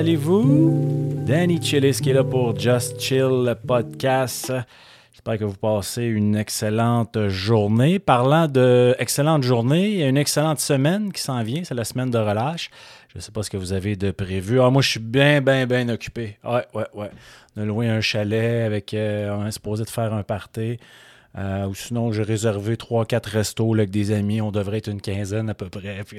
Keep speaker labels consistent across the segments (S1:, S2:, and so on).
S1: allez-vous? Danny Chillis qui est là pour Just Chill, le podcast. J'espère que vous passez une excellente journée. Parlant de excellente journée, il y a une excellente semaine qui s'en vient. C'est la semaine de relâche. Je ne sais pas ce que vous avez de prévu. Moi, je suis bien occupé. Ouais. On a loué un chalet avec... on est supposé de faire un party. Ou sinon, j'ai réservé 3-4 restos là, avec des amis. On devrait être une quinzaine à peu près. Puis...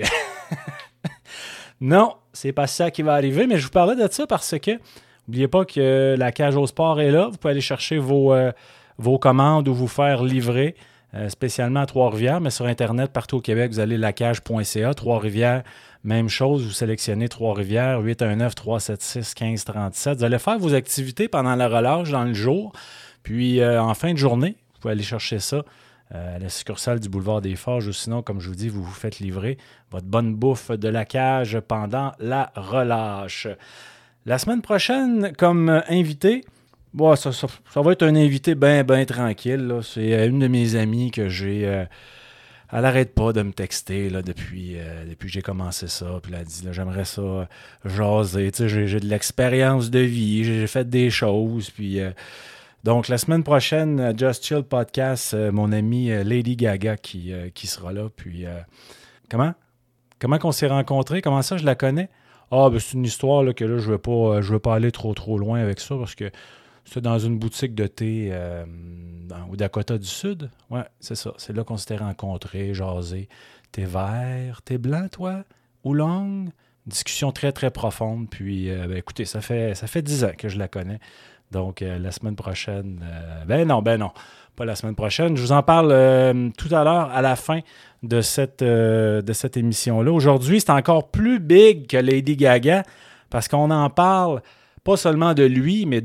S1: Non, c'est pas ça qui va arriver, mais je vous parlais de ça parce que n'oubliez pas que la cage au sport est là. Vous pouvez aller chercher vos commandes ou vous faire livrer, spécialement à Trois-Rivières, mais sur Internet, partout au Québec, vous allez lacage.ca. Trois-Rivières, même chose, vous sélectionnez Trois-Rivières, 819-376-1537. Vous allez faire vos activités pendant la relâche dans le jour, puis en fin de journée, vous pouvez aller chercher ça à la succursale du boulevard des Forges, ou sinon, comme je vous dis, vous vous faites livrer votre bonne bouffe de la cage pendant la relâche. La semaine prochaine, comme invité, ça va être un invité bien tranquille. Là. C'est une de mes amies que j'ai... elle n'arrête pas de me texter là, depuis que j'ai commencé ça. Puis elle a dit, là, j'aimerais ça jaser. Tu sais, j'ai de l'expérience de vie, j'ai fait des choses, puis... Donc, la semaine prochaine, Just Chill Podcast, mon ami Lady Gaga qui sera là. Puis, comment qu'on s'est rencontrés? Comment ça, je la connais? C'est une histoire là, que là, je veux pas aller trop loin avec ça parce que c'est dans une boutique de thé au Dakota du Sud. Ouais, c'est ça. C'est là qu'on s'était rencontrés, jasés. T'es vert, t'es blanc, toi? Oolong? Discussion très profonde. Puis, écoutez, ça fait 10 ans que je la connais. Donc, la semaine prochaine... non, pas la semaine prochaine. Je vous en parle tout à l'heure, à la fin de cette émission-là. Aujourd'hui, c'est encore plus big que Lady Gaga parce qu'on en parle pas seulement de lui, mais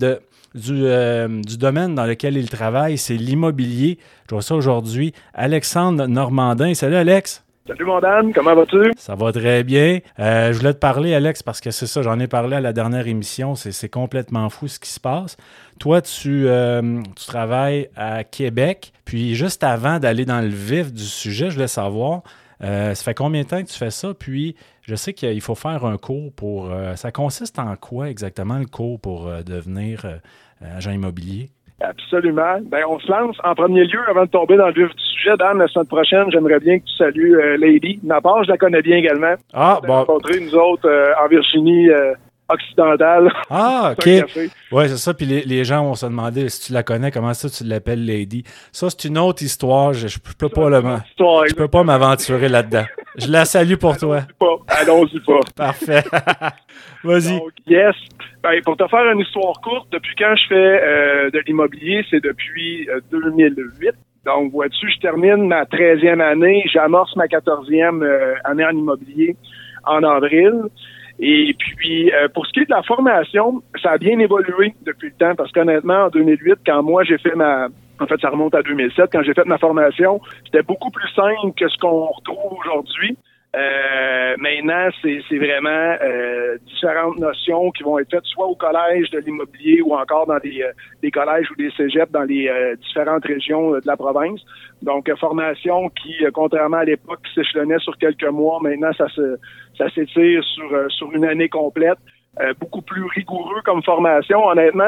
S1: du domaine dans lequel il travaille. C'est l'immobilier. Je vois ça aujourd'hui. Alexandre Normandin. Salut, Alex.
S2: Salut mon Dan, comment vas-tu?
S1: Ça va très bien. Je voulais te parler, Alex, parce que c'est ça, j'en ai parlé à la dernière émission, c'est complètement fou ce qui se passe. Toi, tu travailles à Québec, puis juste avant d'aller dans le vif du sujet, je voulais savoir, ça fait combien de temps que tu fais ça? Puis, je sais qu'il faut faire un cours pour... ça consiste en quoi exactement le cours pour devenir agent immobilier?
S2: Absolument. On se lance en premier lieu avant de tomber dans le vif du sujet. Dan, la semaine prochaine, j'aimerais bien que tu salues Lady. Ma part, je la connais bien également. On a rencontré nous autres en Virginie occidentale.
S1: OK. Oui, c'est ça. Puis les gens vont se demander si tu la connais, comment ça tu l'appelles Lady. Ça, c'est une autre histoire. Je peux pas m'aventurer là-dedans. Je la salue pour toi.
S2: Allons-y pas.
S1: Parfait. Vas-y.
S2: Donc, yes. Pour te faire une histoire courte, depuis quand je fais de l'immobilier, c'est depuis 2008. Donc, vois-tu, je termine ma 13e année, j'amorce ma 14e année en immobilier en avril. Et puis, pour ce qui est de la formation, ça a bien évolué depuis le temps, parce qu'honnêtement, en 2008, quand moi j'ai fait en fait, ça remonte à 2007, quand j'ai fait ma formation, c'était beaucoup plus simple que ce qu'on retrouve aujourd'hui. Maintenant, c'est vraiment différentes notions qui vont être faites soit au collège de l'immobilier ou encore dans des collèges ou des cégeps dans les différentes régions de la province. Donc, formation qui, contrairement à l'époque, s'échelonnait sur quelques mois, maintenant, ça s'étire sur une année complète. Beaucoup plus rigoureux comme formation. Honnêtement,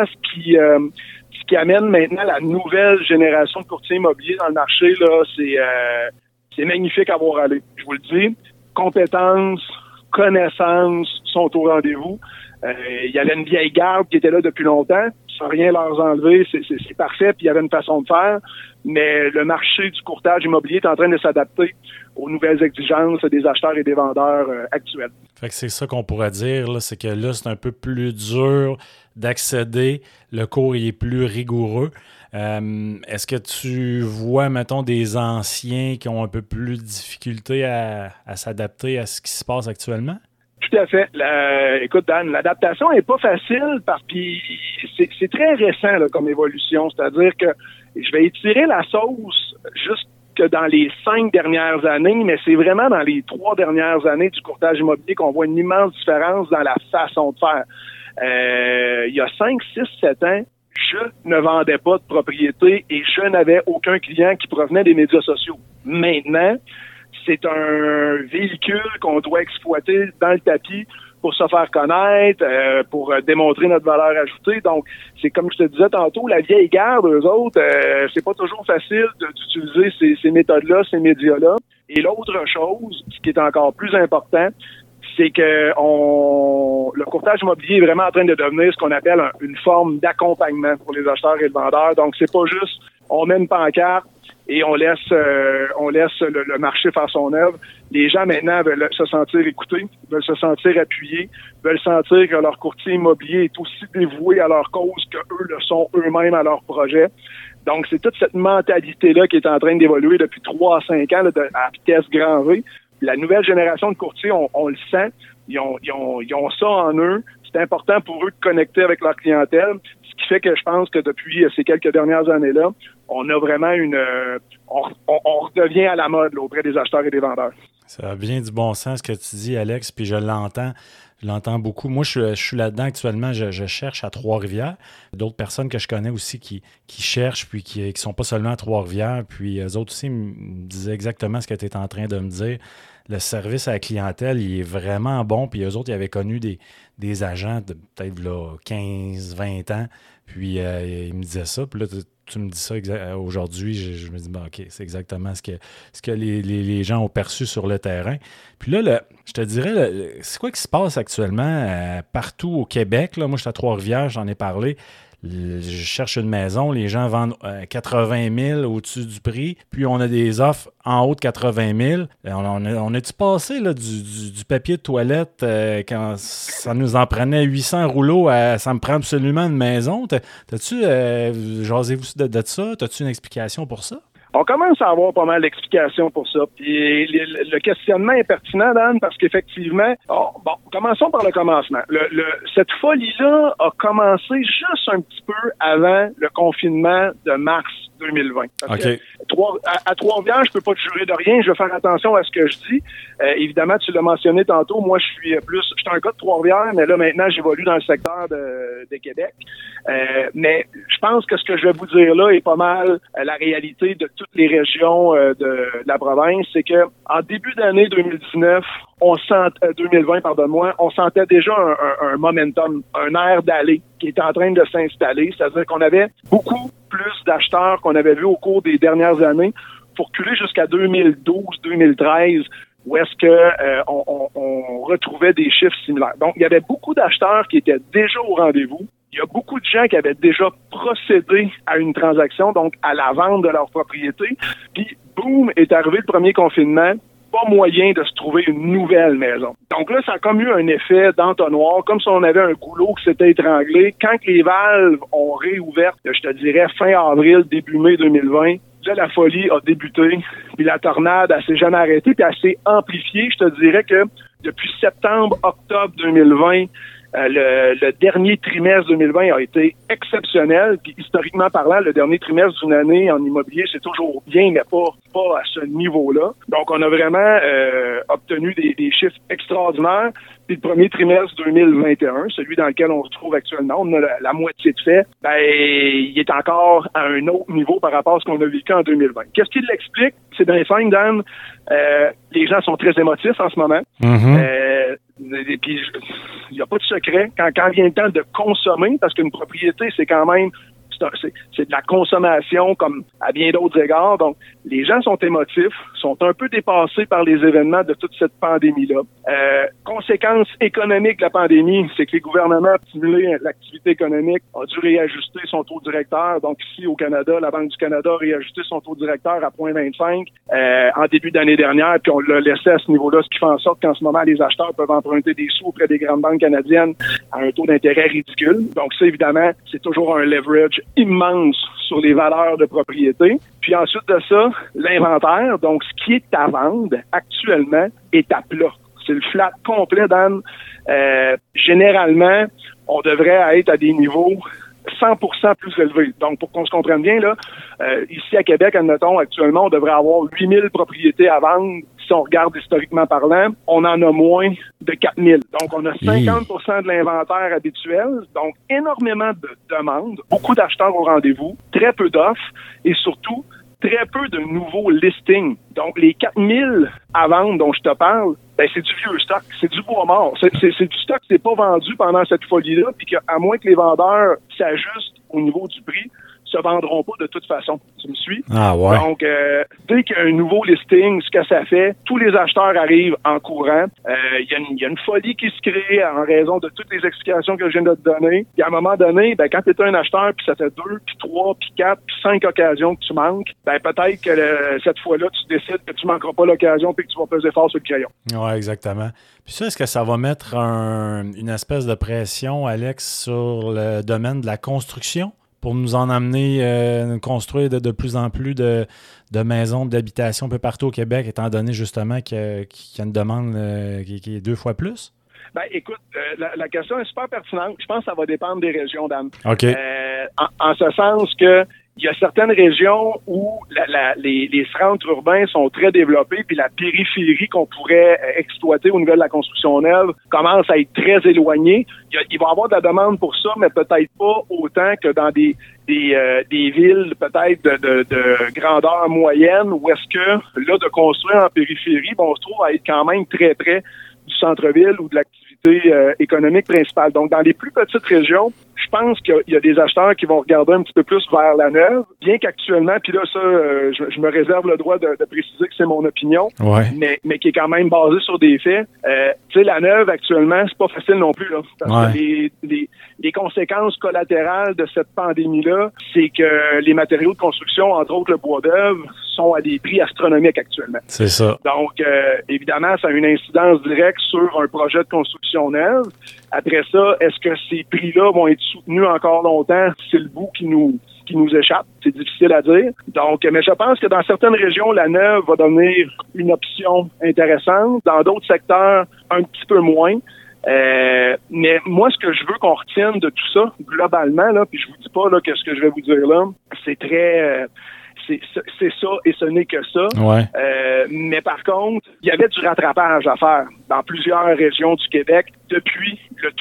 S2: ce qui amène maintenant la nouvelle génération de courtiers immobiliers dans le marché, là, c'est magnifique à voir aller. Je vous le dis. Compétences, connaissances sont au rendez-vous. Il y avait une vieille garde qui était là depuis longtemps, sans rien leur enlever, c'est parfait, puis il y avait une façon de faire, mais le marché du courtage immobilier est en train de s'adapter aux nouvelles exigences des acheteurs et des vendeurs actuels.
S1: Fait que c'est ça qu'on pourrait dire, là, c'est que là, c'est un peu plus dur d'accéder, le cours il est plus rigoureux. Est-ce que tu vois, mettons, des anciens qui ont un peu plus de difficulté à s'adapter à ce qui se passe actuellement?
S2: Tout à fait. Écoute, Dan, l'adaptation n'est pas facile parce que c'est très récent là, comme évolution. C'est-à-dire que je vais étirer la sauce jusque dans les 5 dernières années, mais c'est vraiment dans les 3 dernières années du courtage immobilier qu'on voit une immense différence dans la façon de faire. Il y a 5, 6, 7 ans, je ne vendais pas de propriété et je n'avais aucun client qui provenait des médias sociaux. Maintenant, c'est un véhicule qu'on doit exploiter dans le tapis pour se faire connaître, pour démontrer notre valeur ajoutée. Donc, c'est comme je te disais tantôt, la vieille garde, eux autres, c'est pas toujours facile d'utiliser ces méthodes-là, ces médias-là. Et l'autre chose, ce qui est encore plus important, c'est que le courtage immobilier est vraiment en train de devenir ce qu'on appelle une forme d'accompagnement pour les acheteurs et les vendeurs. Donc, c'est pas juste on met une pancarte et on laisse le marché faire son œuvre. Les gens maintenant veulent se sentir écoutés, veulent se sentir appuyés, veulent sentir que leur courtier immobilier est aussi dévoué à leur cause que eux le sont eux-mêmes à leur projet. Donc, c'est toute cette mentalité-là qui est en train d'évoluer depuis 3 à 5 ans là, à vitesse grand V. La nouvelle génération de courtiers, on le sent, ils ont ça en eux. C'est important pour eux de connecter avec leur clientèle, ce qui fait que je pense que depuis ces quelques dernières années-là, on a vraiment on redevient à la mode là, auprès des acheteurs et des vendeurs.
S1: Ça a bien du bon sens ce que tu dis, Alex, puis je l'entends beaucoup. Moi, je suis là-dedans actuellement, je cherche à Trois-Rivières. D'autres personnes que je connais aussi qui cherchent, puis qui sont pas seulement à Trois-Rivières, puis eux autres aussi me disaient exactement ce que tu es en train de me dire. Le service à la clientèle, il est vraiment bon, puis eux autres, ils avaient connu des agents de peut-être là, 15, 20 ans, puis ils me disaient ça, puis là, tu me dis ça aujourd'hui, je me dis, bon, OK, c'est exactement ce que les gens ont perçu sur le terrain. Puis là, je te dirais, c'est quoi qui se passe actuellement partout au Québec? Là? Moi, je suis à Trois-Rivières, j'en ai parlé. Je cherche une maison, les gens vendent 80 000 au-dessus du prix, puis on a des offres en haut de 80 000. On a-tu passé là, du papier de toilette quand ça nous en prenait 800 rouleaux ça me prend absolument une maison? Jasez-vous de ça? T'as-tu une explication pour ça?
S2: On commence à avoir pas mal d'explications pour ça. Puis le questionnement est pertinent, Dan, parce qu'effectivement, commençons par le commencement. Cette folie-là a commencé juste un petit peu avant le confinement de mars 2020. Parce que à Trois-Rivières, je peux pas te jurer de rien. Je vais faire attention à ce que je dis. Évidemment, tu l'as mentionné tantôt. Moi, je suis un gars de Trois-Rivières, mais là, maintenant, j'évolue dans le secteur de Québec. Mais je pense que ce que je vais vous dire là est pas mal la réalité de toutes les régions de la province. C'est que en début d'année 2019, 2020, pardonne-moi, on sentait déjà un momentum, un air d'aller qui était en train de s'installer. C'est-à-dire qu'on avait beaucoup plus d'acheteurs qu'on avait vu au cours des dernières années. Pour reculer jusqu'à 2012-2013, où est-ce que on retrouvait des chiffres similaires. Donc, il y avait beaucoup d'acheteurs qui étaient déjà au rendez-vous. Il y a beaucoup de gens qui avaient déjà procédé à une transaction, donc à la vente de leur propriété. Puis, boum, est arrivé le premier confinement. Pas moyen de se trouver une nouvelle maison. Donc là, ça a comme eu un effet d'entonnoir, comme si on avait un goulot qui s'était étranglé. Quand les valves ont réouvert, je te dirais fin avril, début mai 2020, là, la folie a débuté, puis la tornade, elle s'est jamais arrêtée, puis elle s'est amplifiée. Je te dirais que depuis septembre, octobre 2020, le dernier trimestre 2020 a été exceptionnel. Puis historiquement parlant, le dernier trimestre d'une année en immobilier, c'est toujours bien, mais pas à ce niveau-là. Donc, on a vraiment obtenu des chiffres extraordinaires. Puis le premier trimestre 2021, celui dans lequel on se trouve actuellement, on a la moitié de fait, il est encore à un autre niveau par rapport à ce qu'on a vécu en 2020. Qu'est-ce qui l'explique? C'est dans les signes, Dan. Les gens sont très émotifs en ce moment.
S1: Mm-hmm.
S2: Et puis, il n'y a pas de secret. Quand vient le temps de consommer, parce qu'une propriété, c'est quand même c'est de la consommation comme à bien d'autres égards. Donc, les gens sont émotifs, sont un peu dépassés par les événements de toute cette pandémie-là. Conséquence économique de la pandémie, c'est que les gouvernements, pour stimuler l'activité économique, ont dû réajuster son taux directeur. Donc, ici, au Canada, la Banque du Canada a réajusté son taux directeur à 0,25 en début d'année dernière, puis on l'a laissé à ce niveau-là, ce qui fait en sorte qu'en ce moment, les acheteurs peuvent emprunter des sous auprès des grandes banques canadiennes à un taux d'intérêt ridicule. Donc, ça, évidemment, c'est toujours un leverage immense sur les valeurs de propriété. Puis ensuite de ça, l'inventaire, donc ce qui est à vendre actuellement est à plat. C'est le flat complet, Dan. Généralement, on devrait être à des niveaux 100% plus élevés. Donc, pour qu'on se comprenne bien, là, ici à Québec, admettons, actuellement, on devrait avoir 8000 propriétés à vendre. Si on regarde historiquement parlant, on en a moins de 4000. Donc, on a 50% de l'inventaire habituel. Donc, énormément de demandes, beaucoup d'acheteurs au rendez-vous, très peu d'offres et surtout, très peu de nouveaux listings. Donc, les 4000 à vendre dont je te parle, ben c'est du vieux stock, c'est du bois mort. C'est du stock qui n'est pas vendu pendant cette folie-là, puis qu'à moins que les vendeurs s'ajustent au niveau du prix, se vendront pas de toute façon. Tu me suis?
S1: Ah ouais.
S2: Donc, dès qu'il y a un nouveau listing, ce que ça fait, tous les acheteurs arrivent en courant. Il y a une folie qui se crée en raison de toutes les explications que je viens de te donner. Puis à un moment donné, ben, quand tu es un acheteur, puis ça fait 2, puis 3, puis 4, puis 5 occasions que tu manques, ben peut-être que cette fois-là, tu décides que tu manqueras pas l'occasion puis que tu vas peser fort sur le crayon.
S1: Oui, exactement. Puis ça, est-ce que ça va mettre une espèce de pression, Alex, sur le domaine de la construction pour nous en amener, construire de plus en plus de maisons, d'habitations un peu partout au Québec, étant donné justement qu'il y a une demande qui est 2 fois plus?
S2: Ben, écoute, la question est super pertinente. Je pense que ça va dépendre des régions, Dan.
S1: OK.
S2: En ce sens que il y a certaines régions où les centres urbains sont très développés, puis la périphérie qu'on pourrait exploiter au niveau de la construction neuve commence à être très éloignée. Il va y avoir de la demande pour ça, mais peut-être pas autant que dans des villes peut-être de grandeur moyenne, où est-ce que, là, de construire en périphérie, ben, on se trouve à être quand même très près du centre-ville ou de l'activité économique principale. Donc, dans les plus petites régions, je pense qu'il y a des acheteurs qui vont regarder un petit peu plus vers la neuve, bien qu'actuellement, puis là, ça, je me réserve le droit de préciser que c'est mon opinion,
S1: ouais.
S2: mais qui est quand même basée sur des faits. Tu sais, la neuve, actuellement, c'est pas facile non plus, là, parce que les conséquences collatérales de cette pandémie-là, c'est que les matériaux de construction, entre autres le bois d'œuvre, sont à des prix astronomiques actuellement.
S1: C'est ça.
S2: Donc, évidemment, ça a une incidence directe sur un projet de construction neuve. Après ça, est-ce que ces prix-là vont être soutenus encore longtemps? C'est le bout qui nous échappe. C'est difficile à dire. Donc, mais je pense que dans certaines régions, la neuve va devenir une option intéressante. Dans d'autres secteurs, un petit peu moins. Mais moi, ce que je veux qu'on retienne de tout ça, globalement, là, puis je vous dis pas là, que ce que je vais vous dire là, c'est très... c'est ça et ce n'est que ça.
S1: Ouais.
S2: Mais par contre, il y avait du rattrapage à faire dans plusieurs régions du Québec depuis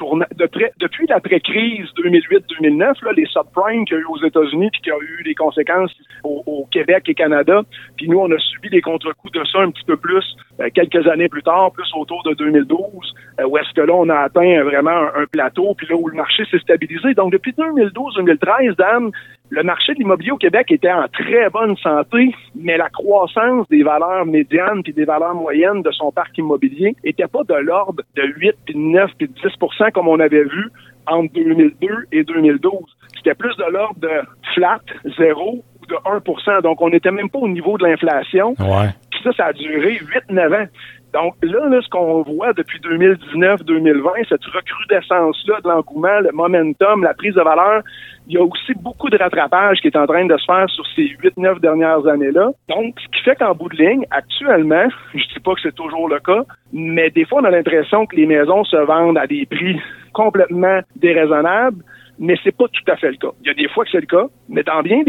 S2: depuis l'après-crise 2008-2009, là, les subprimes qu'il y a eu aux États-Unis puis qui a eu des conséquences au Québec et Canada. Puis nous, on a subi les contre-coups de ça un petit peu plus quelques années plus tard, plus autour de 2012, où est-ce que là, on a atteint vraiment un plateau, puis là où le marché s'est stabilisé. Donc, depuis 2012-2013, Dan, le marché de l'immobilier au Québec était en très bonne santé, mais la croissance des valeurs médianes puis des valeurs moyennes de son parc immobilier était pas de l'ordre de 8, puis 9, puis 10 % comme on avait vu entre 2002 et 2012. C'était plus de l'ordre de flat, 0 ou de 1 %. Donc, on n'était même pas au niveau de l'inflation.
S1: Ouais.
S2: Puis ça a duré 8-9 ans. Donc là, ce qu'on voit depuis 2019-2020, cette recrudescence-là de l'engouement, le momentum, la prise de valeur, il y a aussi beaucoup de rattrapage qui est en train de se faire sur ces 8-9 dernières années-là. Donc, ce qui fait qu'en bout de ligne, actuellement, je dis pas que c'est toujours le cas, mais des fois, on a l'impression que les maisons se vendent à des prix complètement déraisonnables, mais c'est pas tout à fait le cas. Il y a des fois que c'est le cas, mais dans bien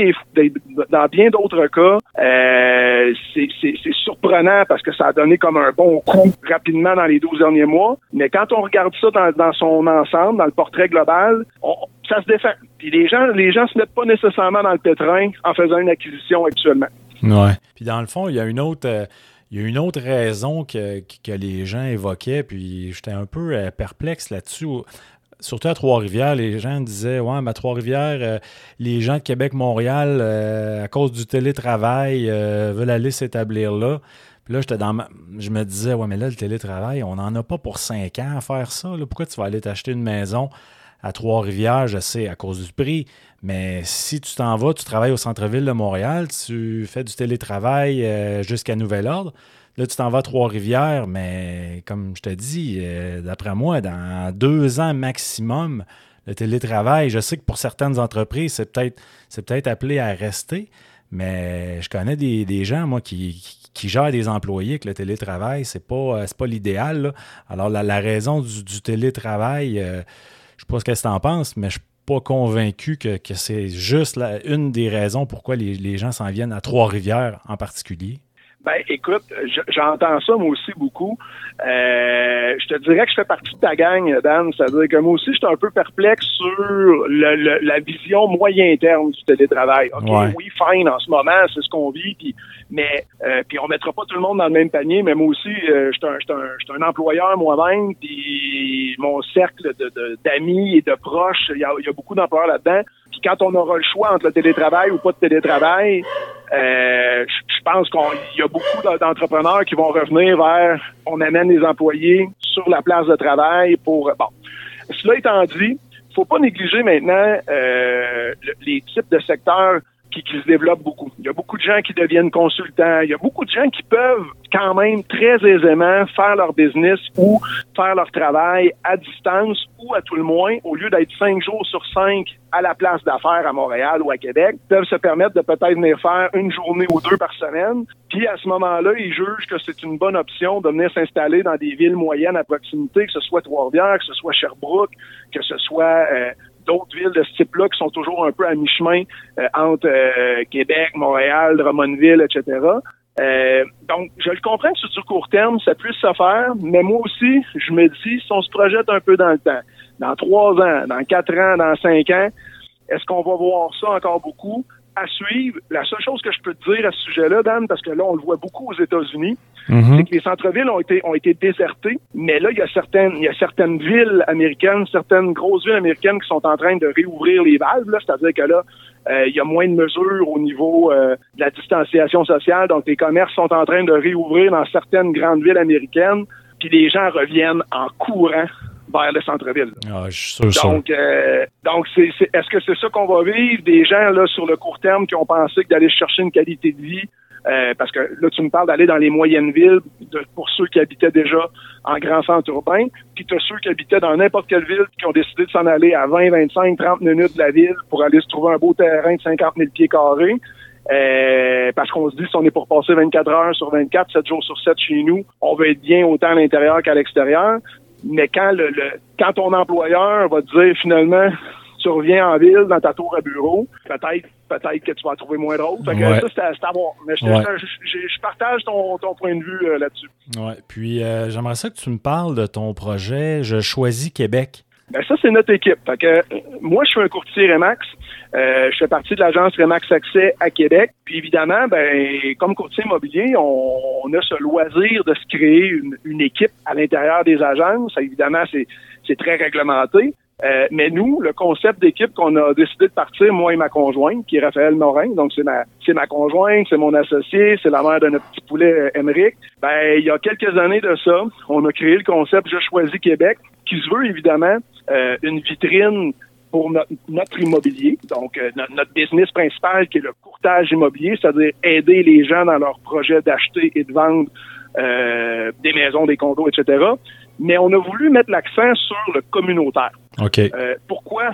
S2: d'autres cas, c'est surprenant parce que ça a donné comme un bon coup rapidement dans les 12 derniers mois. Mais quand on regarde ça dans son ensemble, dans le portrait global, ça se défend. Puis les gens se mettent pas nécessairement dans le pétrin en faisant une acquisition actuellement.
S1: Ouais. Puis dans le fond, il y a une autre raison que les gens évoquaient, puis j'étais un peu perplexe là-dessus. Surtout à Trois-Rivières, les gens disaient « Ouais, mais à Trois-Rivières, les gens de Québec-Montréal, à cause du télétravail, veulent aller s'établir là. » Puis là, je me disais « Ouais, mais là, le télétravail, on n'en a pas pour 5 ans à faire ça. Là. Pourquoi tu vas aller t'acheter une maison à Trois-Rivières? Je sais, à cause du prix. Mais si tu t'en vas, tu travailles au centre-ville de Montréal, tu fais du télétravail jusqu'à nouvel ordre. Là, tu t'en vas à Trois-Rivières, mais comme je te dis, d'après moi, dans 2 ans maximum, le télétravail, je sais que pour certaines entreprises, c'est peut-être appelé à rester, mais je connais des gens, moi, qui gèrent des employés que le télétravail, c'est pas l'idéal, là. Alors, la raison du télétravail, je ne sais pas ce que tu en penses, mais je suis pas convaincu que c'est juste une des raisons pourquoi les gens s'en viennent à Trois-Rivières en particulier.
S2: Ben, écoute, j'entends ça moi aussi beaucoup. Je te dirais que je fais partie de ta gang, Dan. C'est-à-dire que moi aussi, je suis un peu perplexe sur la vision moyen terme du télétravail. OK, oui, fine, en ce moment, c'est ce qu'on vit, puis on mettra pas tout le monde dans le même panier, mais moi aussi, je suis un employeur moi-même, puis mon cercle d'amis et de proches, il y a beaucoup d'employeurs là-dedans. Puis quand on aura le choix entre le télétravail ou pas de télétravail, je pense qu'il y a beaucoup d'entrepreneurs qui vont revenir vers on amène les employés sur la place de travail pour... Bon, cela étant dit, faut pas négliger maintenant les types de secteurs qui se développent beaucoup. Il y a beaucoup de gens qui deviennent consultants. Il y a beaucoup de gens qui peuvent quand même très aisément faire leur business ou faire leur travail à distance ou à tout le moins, au lieu d'être 5 jours sur 5 à la place d'affaires à Montréal ou à Québec, peuvent se permettre de peut-être venir faire une journée ou 2 par semaine. Puis à ce moment-là, ils jugent que c'est une bonne option de venir s'installer dans des villes moyennes à proximité, que ce soit Trois-Rivières, que ce soit Sherbrooke, que ce soit... d'autres villes de ce type-là qui sont toujours un peu à mi-chemin entre Québec, Montréal, Drummondville, etc. Donc, je le comprends que sur du court terme, ça puisse se faire, mais moi aussi, je me dis, si on se projette un peu dans le temps, dans 3 ans, dans 4 ans, dans 5 ans, est-ce qu'on va voir ça encore beaucoup? À suivre, la seule chose que je peux te dire à ce sujet-là, Dan, parce que là, on le voit beaucoup aux États-Unis, c'est que les centres-villes ont été désertés, mais là, il y a certaines villes américaines, certaines grosses villes américaines qui sont en train de réouvrir les valves, là, c'est-à-dire que là, il y a moins de mesures au niveau de la distanciation sociale, donc les commerces sont en train de réouvrir dans certaines grandes villes américaines, puis les gens reviennent en courant vers le centre-ville.
S1: Ah, je suis sûr.
S2: Donc, est-ce que c'est ça qu'on va vivre? Des gens là sur le court terme qui ont pensé que d'aller chercher une qualité de vie, parce que là, tu me parles d'aller dans les moyennes villes pour ceux qui habitaient déjà en grand centre urbain, puis tu as ceux qui habitaient dans n'importe quelle ville qui ont décidé de s'en aller à 20, 25, 30 minutes de la ville pour aller se trouver un beau terrain de 50 000 pieds carrés. Parce qu'on se dit, si on est pour passer 24 heures sur 24, 7 jours sur 7 chez nous, on va être bien autant à l'intérieur qu'à l'extérieur. Mais quand ton employeur va te dire finalement tu reviens en ville dans ta tour à bureau, peut-être que tu vas trouver moins drôle. Fait que ça, c'est à voir. Mais je partage ton point de vue là-dessus.
S1: Ouais. Puis j'aimerais ça que tu me parles de ton projet Je choisis Québec.
S2: Ben ça, c'est notre équipe. Fait que moi, je suis un courtier Remax. Je fais partie de l'agence Remax Accès à Québec. Puis évidemment, comme courtier immobilier, on a ce loisir de se créer une équipe à l'intérieur des agences. Évidemment, c'est très réglementé. Mais nous, le concept d'équipe qu'on a décidé de partir, moi et ma conjointe, qui est Raphaël Morin, donc c'est ma conjointe, c'est mon associé, c'est la mère de notre petit poulet Émeric. Il y a quelques années de ça, on a créé le concept Je choisis Québec, qui se veut évidemment une vitrine pour notre immobilier, donc notre business principal qui est le courtage immobilier, c'est-à-dire aider les gens dans leur projet d'acheter et de vendre des maisons, des condos, etc. Mais on a voulu mettre l'accent sur le communautaire.
S1: OK.
S2: Pourquoi,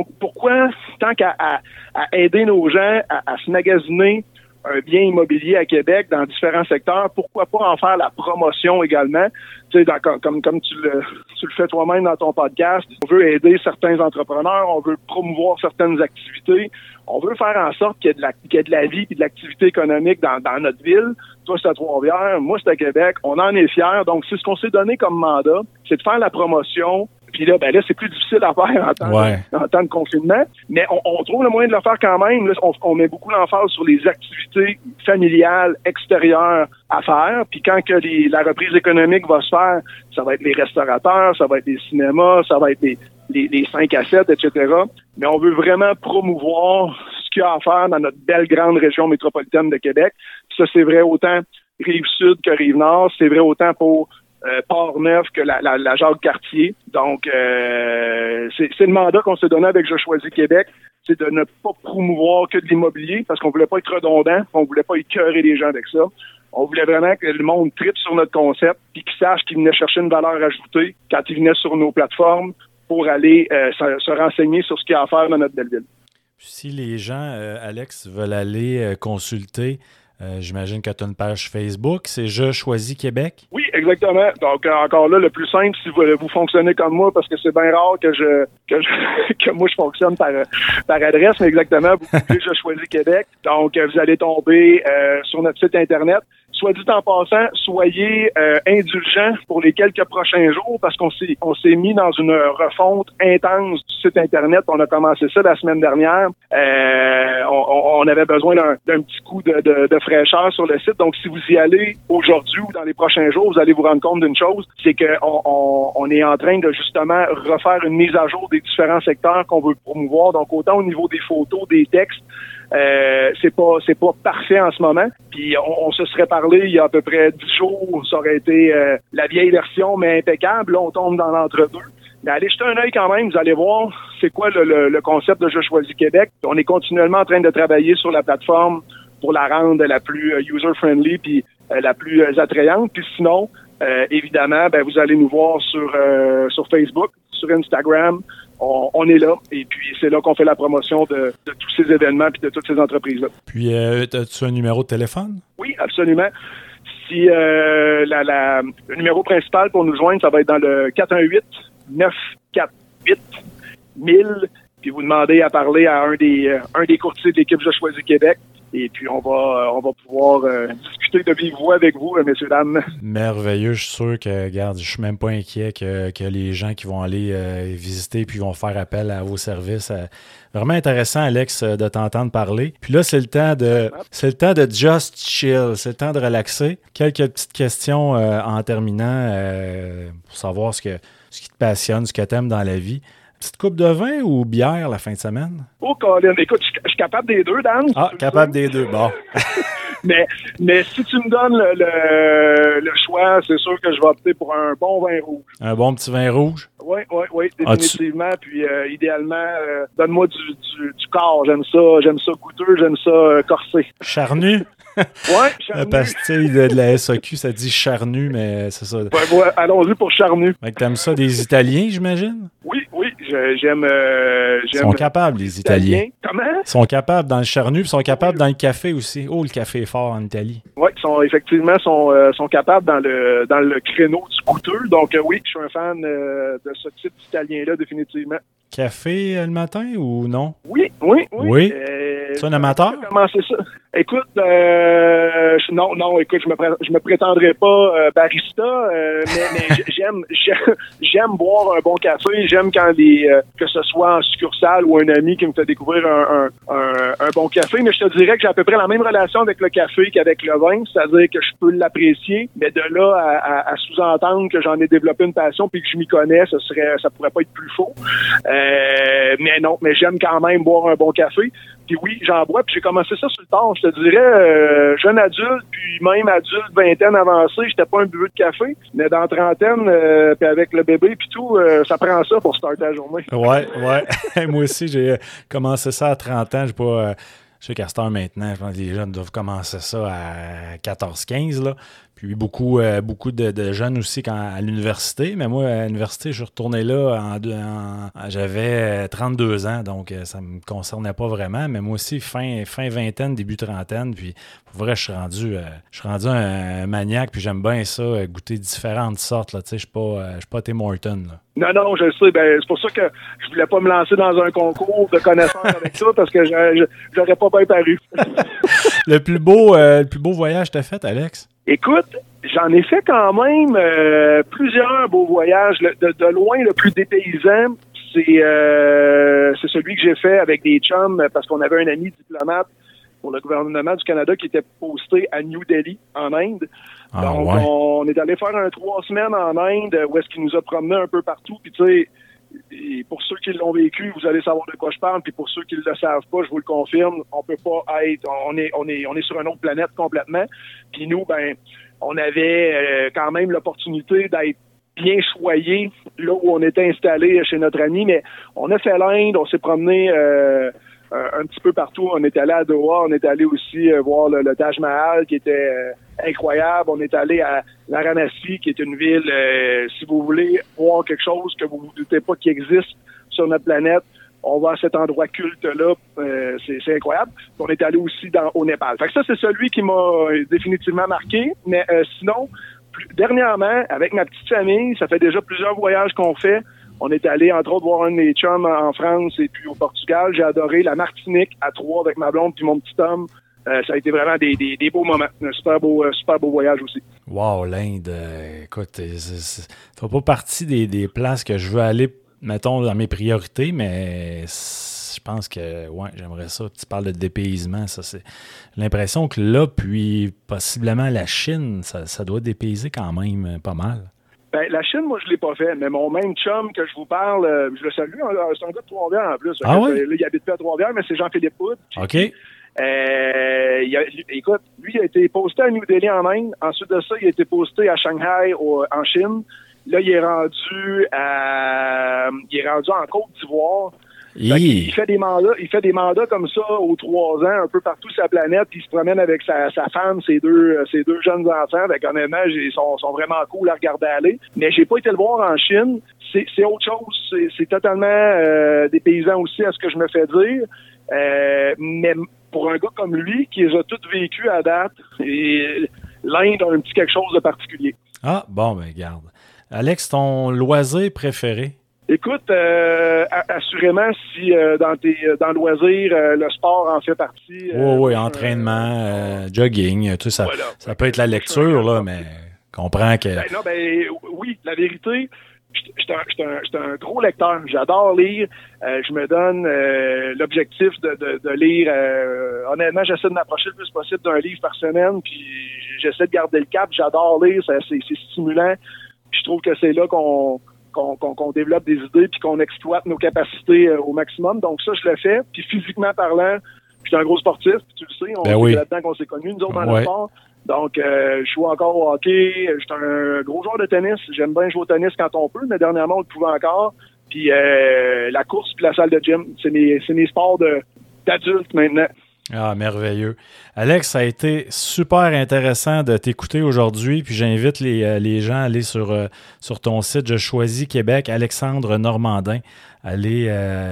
S2: tant qu'à aider nos gens à se magasiner un bien immobilier à Québec dans différents secteurs, pourquoi pas en faire la promotion également? Tu sais, comme tu le fais toi-même dans ton podcast, on veut aider certains entrepreneurs, on veut promouvoir certaines activités, on veut faire en sorte qu'il y ait de la vie et de l'activité économique dans notre ville. Toi, c'est à Trois-Rivières, moi, c'est à Québec. On en est fiers. Donc, c'est ce qu'on s'est donné comme mandat, c'est de faire la promotion. Puis là, c'est plus difficile à faire en temps de confinement. Mais on trouve le moyen de le faire quand même. Là, on met beaucoup l'emphase sur les activités familiales extérieures à faire. Puis quand que la reprise économique va se faire, ça va être les restaurateurs, ça va être les cinémas, ça va être les 5 à 7, etc. Mais on veut vraiment promouvoir ce qu'il y a à faire dans notre belle grande région métropolitaine de Québec. Puis ça, c'est vrai autant Rive-Sud que Rive-Nord. C'est vrai autant pour Port-Neuf que la Jacques-Cartier. Donc, c'est le mandat qu'on s'est donné avec Je choisis Québec, c'est de ne pas promouvoir que de l'immobilier parce qu'on voulait pas être redondant, on voulait pas écœurer les gens avec ça. On voulait vraiment que le monde tripe sur notre concept puis qu'ils sachent qu'ils venaient chercher une valeur ajoutée quand ils venaient sur nos plateformes pour aller se renseigner sur ce qu'il y a à faire dans notre belle ville.
S1: Si les gens, Alex, veulent aller consulter, j'imagine que tu as une page Facebook, c'est Je choisis Québec?
S2: Oui, exactement. Donc, encore là, le plus simple, si vous fonctionnez comme moi, parce que c'est bien rare que moi, je fonctionne par adresse, mais exactement, vous pouvez Je choisis Québec. Donc, vous allez tomber sur notre site Internet. soit dit en passant, soyez indulgents pour les quelques prochains jours parce qu'on s'est mis dans une refonte intense du site Internet. On a commencé ça la semaine dernière. On avait besoin d'un petit coup de fraîcheur sur le site. Donc, si vous y allez aujourd'hui ou dans les prochains jours, vous allez vous rendre compte d'une chose, c'est que on est en train de justement refaire une mise à jour des différents secteurs qu'on veut promouvoir. Donc, autant au niveau des photos, des textes, c'est pas parfait en ce moment. Puis on se serait parlé il y a à peu près 10 jours, ça aurait été la vieille version, mais impeccable. Là, on tombe dans l'entre-deux. Mais allez jeter un œil quand même, vous allez voir c'est quoi le concept de Je choisis Québec. On est continuellement en train de travailler sur la plateforme pour la rendre la plus user-friendly puis la plus attrayante. Puis sinon, évidemment, vous allez nous voir sur Facebook, sur Instagram. On est là, et puis c'est là qu'on fait la promotion de tous ces événements puis de toutes ces entreprises-là.
S1: Puis, as-tu un numéro de téléphone?
S2: Oui, absolument. Si le numéro principal pour nous joindre, ça va être dans le 418-948-1000, puis vous demandez à parler à un des courtiers de l'équipe Je choisis Québec. Et puis, on va pouvoir discuter de vive voix avec vous, messieurs, dames.
S1: Merveilleux. Je suis sûr que, regarde, je suis même pas inquiet que les gens qui vont aller visiter puis vont faire appel à vos services. Vraiment intéressant, Alex, de t'entendre parler. Puis là, c'est le temps de just chill. C'est le temps de relaxer. Quelques petites questions en terminant pour savoir ce qui te passionne, ce que tu aimes dans la vie. Petite coupe de vin ou bière la fin de semaine?
S2: Oh, Colin, écoute, je suis capable des deux, Dan.
S1: Ah, capable des deux, bon.
S2: mais si tu me donnes le choix, c'est sûr que je vais opter pour un bon vin rouge.
S1: Un bon petit vin rouge?
S2: Oui, définitivement. Puis idéalement, donne-moi du corps. J'aime ça goûteux, j'aime ça corsé.
S1: Charnu?
S2: Oui, charnu.
S1: La pastille de la SAQ, ça dit charnu, mais c'est ça.
S2: Ouais, allons-y pour charnu.
S1: Fait que t'aimes ça des Italiens, j'imagine?
S2: Oui, j'aime.
S1: Ils sont capables, les Italiens.
S2: Comment?
S1: Ils sont capables dans le charnu, puis ils sont capables dans le café aussi. Oh, le café est fort en Italie.
S2: Oui, ils sont capables dans le créneau du goûteux. Donc oui, je suis un fan de ce type d'Italien-là, définitivement.
S1: Café le matin ou non?
S2: Oui.
S1: Tu es un amateur?
S2: Comment c'est ça? Écoute, non, écoute, je me prétendrai pas barista, mais j'aime boire un bon café. J'aime quand que ce soit en succursale ou un ami qui me fait découvrir un bon café. Mais je te dirais que j'ai à peu près la même relation avec le café qu'avec le vin, c'est-à-dire que je peux l'apprécier, mais de là à sous-entendre que j'en ai développé une passion puis que je m'y connais, ça pourrait pas être plus faux. Mais j'aime quand même boire un bon café. Puis oui, j'en bois, puis j'ai commencé ça sur le tard. Je te dirais, jeune adulte, puis même adulte, vingtaine avancée, j'étais pas un buveux de café, mais dans trentaine, puis avec le bébé, puis tout, ça prend ça pour starter la journée.
S1: Ouais. Moi aussi, j'ai commencé ça à 30 ans. Je sais qu'à cette heure maintenant, je pense que les jeunes doivent commencer ça à 14-15, là. Puis beaucoup de jeunes aussi à l'université. Mais moi, à l'université, je suis retourné là j'avais 32 ans, donc ça ne me concernait pas vraiment. Mais moi aussi, fin vingtaine, début trentaine. Puis pour vrai, je suis rendu un maniaque, puis j'aime bien ça, goûter différentes sortes. Là. Tu sais, je suis pas Tim Horton. Là.
S2: Non, je le sais. C'est pour ça que je voulais pas me lancer dans un concours de connaissances avec ça, parce que j'aurais pas bien paru.
S1: Le plus beau voyage que tu as fait, Alex?
S2: Écoute, j'en ai fait quand même plusieurs beaux voyages. De loin, le plus dépaysant, c'est celui que j'ai fait avec des chums parce qu'on avait un ami diplomate pour le gouvernement du Canada qui était posté à New Delhi, en Inde. Donc,
S1: ouais.
S2: On est allé faire 3 semaines en Inde où est-ce qu'il nous a promené un peu partout. Puis tu sais, et pour ceux qui l'ont vécu, vous allez savoir de quoi je parle. Puis pour ceux qui ne le savent pas, je vous le confirme, on peut pas être... On est sur une autre planète complètement. Puis nous, on avait quand même l'opportunité d'être bien choyés là où on était installé chez notre ami. Mais on a fait l'Inde, on s'est promené un petit peu partout. On est allé à Doha, on est allé aussi voir le Taj Mahal qui était incroyable. On est allé à Varanasi qui est une ville, si vous voulez voir quelque chose que vous ne vous doutez pas qui existe sur notre planète, on va à cet endroit culte-là, c'est incroyable. On est allé aussi au Népal. Fait que ça, c'est celui qui m'a définitivement marqué. Mais sinon, dernièrement, avec ma petite famille, ça fait déjà plusieurs voyages qu'on fait. On est allé, entre autres, voir un de mes chums en France et puis au Portugal. J'ai adoré la Martinique à 3 avec ma blonde puis mon petit homme. Ça a été vraiment des beaux moments. Un super beau voyage aussi.
S1: Wow, l'Inde, écoute, ça fait pas partie des places que je veux aller, mettons, dans mes priorités, mais je pense que, ouais, j'aimerais ça. Tu parles de dépaysement, ça, c'est l'impression que là, puis possiblement la Chine, ça doit dépayser quand même pas mal.
S2: Ben, la Chine, moi, je l'ai pas fait, mais mon même chum que je vous parle, je le salue, c'est un gars de Trois-Rivières en plus.
S1: Ah oui?
S2: Là, il habite pas à Trois-Rivières, mais c'est Jean-Philippe Houd.
S1: OK.
S2: Écoute, lui, il a été posté à New Delhi en Inde. Ensuite de ça, il a été posté à Shanghai en Chine. Là, il est rendu en Côte d'Ivoire. Il fait des mandats comme ça aux 3 ans, un peu partout sur la planète, puis il se promène avec sa femme, ses deux jeunes enfants. Fait qu'honnêtement, ils sont vraiment cool à regarder aller. Mais j'ai pas été le voir en Chine. C'est autre chose. C'est totalement des paysans aussi, à ce que je me fais dire. Mais pour un gars comme lui, qui les a toutes vécues à date, et l'Inde a un petit quelque chose de particulier.
S1: Ah, bon, ben garde. Alex, ton loisir préféré?
S2: Écoute, assurément, si dans le loisir, le sport en fait partie.
S1: Oui, entraînement, jogging, tout ça. Voilà, ça peut être la lecture, là, mais comprends que...
S2: Oui, la vérité, j'étais un gros lecteur. J'adore lire. Je me donne l'objectif de lire. Honnêtement, j'essaie de m'approcher le plus possible d'un livre par semaine, puis j'essaie de garder le cap. J'adore lire, c'est stimulant. Puis je trouve que c'est là qu'on développe des idées puis qu'on exploite nos capacités au maximum. Donc ça, je le fais. Puis physiquement parlant, je suis un gros sportif, puis tu le sais, c'est là-dedans qu'on s'est connus, nous autres, dans le sport. Donc, je joue encore au hockey. Je suis un gros joueur de tennis. J'aime bien jouer au tennis quand on peut, mais dernièrement, on le pouvait encore. Puis la course puis la salle de gym, c'est mes sports d'adultes maintenant.
S1: Ah, merveilleux. Alex, ça a été super intéressant de t'écouter aujourd'hui, puis j'invite les gens à aller sur ton site Je choisis Québec, Alexandre Normandin. Allez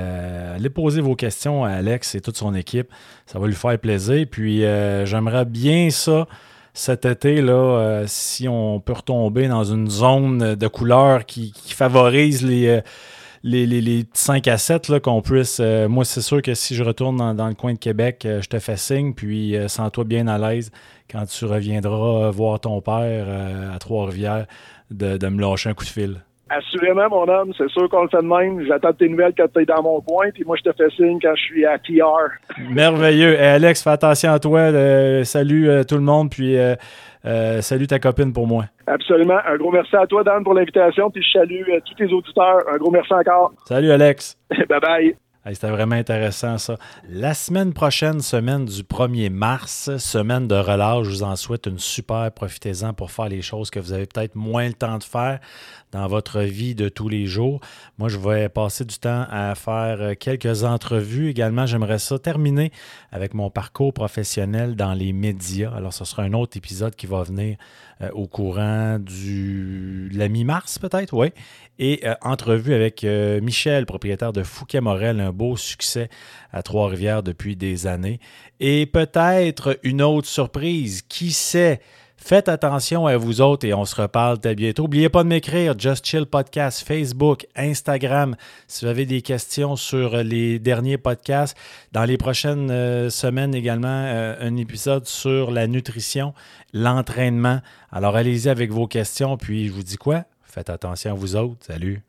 S1: poser vos questions à Alex et toute son équipe. Ça va lui faire plaisir. Puis j'aimerais bien ça cet été, là, si on peut retomber dans une zone de couleurs qui favorise les petits 5 à 7, là, qu'on puisse... moi, c'est sûr que si je retourne dans le coin de Québec, je te fais signe, puis sens-toi bien à l'aise quand tu reviendras voir ton père à Trois-Rivières de me lâcher un coup de fil.
S2: Assurément, mon homme, c'est sûr qu'on le fait de même. J'attends tes nouvelles quand tu es dans mon coin, puis moi, je te fais signe quand je suis à TR.
S1: Merveilleux. Et Alex, fais attention à toi. Salut tout le monde, puis salut ta copine pour moi.
S2: Absolument. Un gros merci à toi, Dan, pour l'invitation, puis je salue tous tes auditeurs. Un gros merci encore.
S1: Salut, Alex.
S2: Bye-bye.
S1: Hey, c'était vraiment intéressant, ça. La semaine prochaine, semaine du 1er mars, semaine de relâche, je vous en souhaite une super. Profitez-en pour faire les choses que vous avez peut-être moins le temps de faire dans votre vie de tous les jours. Moi, je vais passer du temps à faire quelques entrevues. Également, j'aimerais ça terminer avec mon parcours professionnel dans les médias. Alors, ce sera un autre épisode qui va venir au courant de la mi-mars, peut-être, oui. Et entrevue avec Michel, propriétaire de Fouquet-Morel, un beau succès à Trois-Rivières depuis des années. Et peut-être une autre surprise, qui sait? Faites attention à vous autres et on se reparle très bientôt. N'oubliez pas de m'écrire, Just Chill Podcast, Facebook, Instagram. Si vous avez des questions sur les derniers podcasts, dans les prochaines semaines également, un épisode sur la nutrition, l'entraînement. Alors allez-y avec vos questions, puis je vous dis quoi? Faites attention à vous autres. Salut!